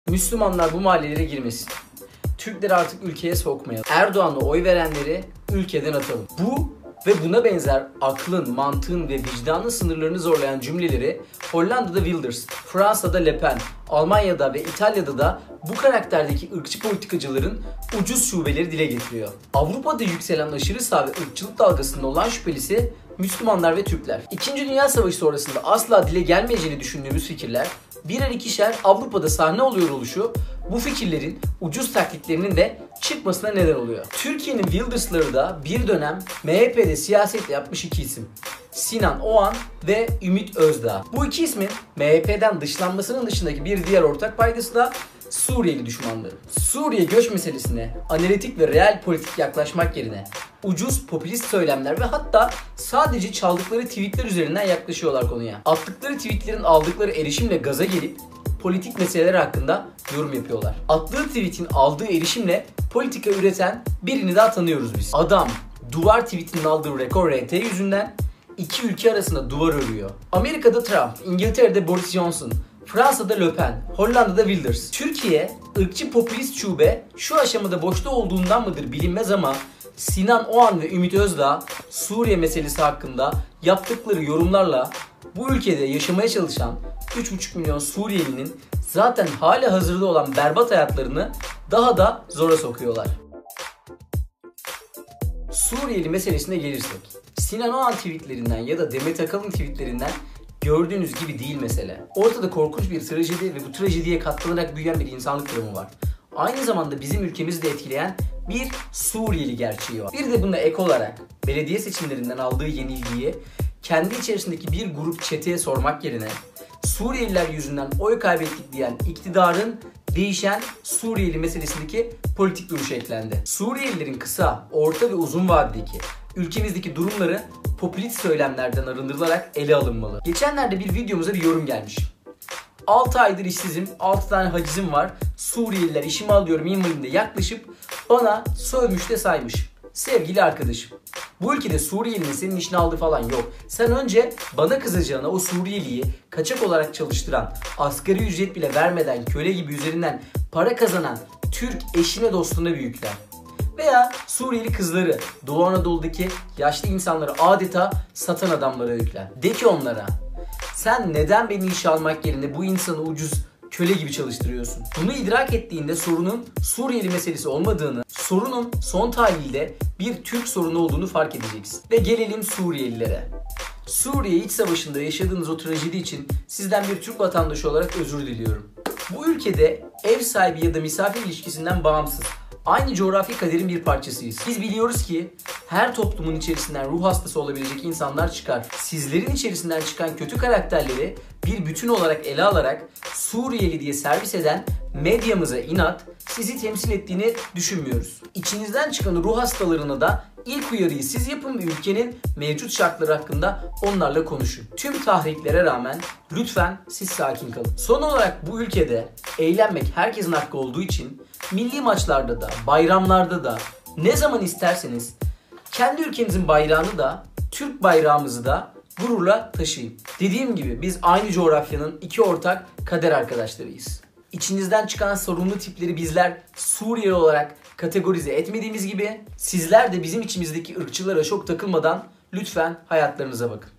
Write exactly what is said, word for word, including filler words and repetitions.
Müslümanlar bu mahallelere girmesin. Türkleri artık ülkeye sokmayalım. Erdoğan'a oy verenleri ülkeden atalım. Bu ve buna benzer aklın, mantığın ve vicdanın sınırlarını zorlayan cümleleri Hollanda'da Wilders, Fransa'da Le Pen, Almanya'da ve İtalya'da da bu karakterdeki ırkçı politikacıların ucuz şubeleri dile getiriyor. Avrupa'da yükselen aşırı sağ ve ırkçılık dalgasında olan şüphelisi Müslümanlar ve Türkler. İkinci Dünya Savaşı sonrasında asla dile gelmeyeceğini düşündüğümüz fikirler birer ikişer Avrupa'da sahne oluyor oluşu bu fikirlerin ucuz taklitlerinin de çıkmasına neden oluyor. Türkiye'nin Wilders'ları da bir dönem M H P'de siyasetle yapmış iki isim. Sinan Oğan ve Ümit Özdağ. Bu iki ismin M H P'den dışlanmasının dışındaki bir diğer ortak paydası da Suriyeli düşmanlığı. Suriye göç meselesine analitik ve reel politik yaklaşmak yerine ucuz popülist söylemler ve hatta sadece çaldıkları tweetler üzerinden yaklaşıyorlar konuya. Attıkları tweetlerin aldıkları erişimle gaza gelip politik meseleler hakkında yorum yapıyorlar. Attığı tweetin aldığı erişimle politika üreten birini daha tanıyoruz biz. Adam duvar tweetinin aldığı rekor R T yüzünden iki ülke arasında duvar örüyor. Amerika'da Trump, İngiltere'de Boris Johnson, Fransa'da Le Pen, Hollanda'da Wilders. Türkiye, ırkçı popülist şube şu aşamada boşta olduğundan mıdır bilinmez ama Sinan Oğan ve Ümit Özdağ Suriye meselesi hakkında yaptıkları yorumlarla bu ülkede yaşamaya çalışan üç buçuk milyon Suriyelinin zaten hala hazırda olan berbat hayatlarını daha da zora sokuyorlar. Suriyeli meselesine gelirsek, Sinan Oğan tweetlerinden ya da Demet Akalın tweetlerinden gördüğünüz gibi değil mesele. Ortada korkunç bir trajedi ve bu trajediye katlanarak büyüyen bir insanlık dramı var. Aynı zamanda bizim ülkemizi de etkileyen bir Suriyeli gerçeği var. Bir de buna ek olarak belediye seçimlerinden aldığı yenilgiyi kendi içerisindeki bir grup çeteye sormak yerine Suriyeliler yüzünden oy kaybettik diyen iktidarın değişen Suriyeli meselesindeki politik duruşu eklendi. Suriyelilerin kısa, orta ve uzun vadedeki ülkemizdeki durumları popülist söylemlerden arındırılarak ele alınmalı. Geçenlerde bir videomuza bir yorum gelmiş. altı aydır işsizim, altı tane hacizim var, Suriyeliler işimi alıyorum minvalinde yaklaşıp bana sövmüş de saymış. Sevgili arkadaşım, bu ülkede Suriyelinin senin işini aldığı falan yok. Sen önce bana kızacağına o Suriyeliyi kaçak olarak çalıştıran, asgari ücret bile vermeden köle gibi üzerinden para kazanan Türk eşine dostuna bir yüklen. Veya Suriyeli kızları Doğu Anadolu'daki yaşlı insanları adeta satan adamlara yüklen. De ki onlara, sen neden beni işe almak yerine bu insanı ucuz köle gibi çalıştırıyorsun? Bunu idrak ettiğinde sorunun Suriyeli meselesi olmadığını, sorunun son tahlilde bir Türk sorunu olduğunu fark edeceksin. Ve gelelim Suriyelilere. Suriye iç savaşında yaşadığınız o trajedi için sizden bir Türk vatandaşı olarak özür diliyorum. Bu ülkede ev sahibi ya da misafir ilişkisinden bağımsız aynı coğrafi kaderin bir parçasıyız. Biz biliyoruz ki her toplumun içerisinden ruh hastası olabilecek insanlar çıkar. Sizlerin içerisinden çıkan kötü karakterleri bir bütün olarak ele alarak Suriyeli diye servis eden medyamıza inat, sizi temsil ettiğini düşünmüyoruz. İçinizden çıkan ruh hastalarına da ilk uyarıyı siz yapın ve ülkenin mevcut şartları hakkında onlarla konuşun. Tüm tahriklere rağmen lütfen siz sakin kalın. Son olarak bu ülkede eğlenmek herkesin hakkı olduğu için milli maçlarda da, bayramlarda da ne zaman isterseniz kendi ülkenizin bayrağını da, Türk bayrağımızı da gururla taşıyın. Dediğim gibi biz aynı coğrafyanın iki ortak kader arkadaşlarıyız. İçinizden çıkan sorunlu tipleri bizler Suriyeli olarak kategorize etmediğimiz gibi sizler de bizim içimizdeki ırkçılara çok takılmadan lütfen hayatlarınıza bakın.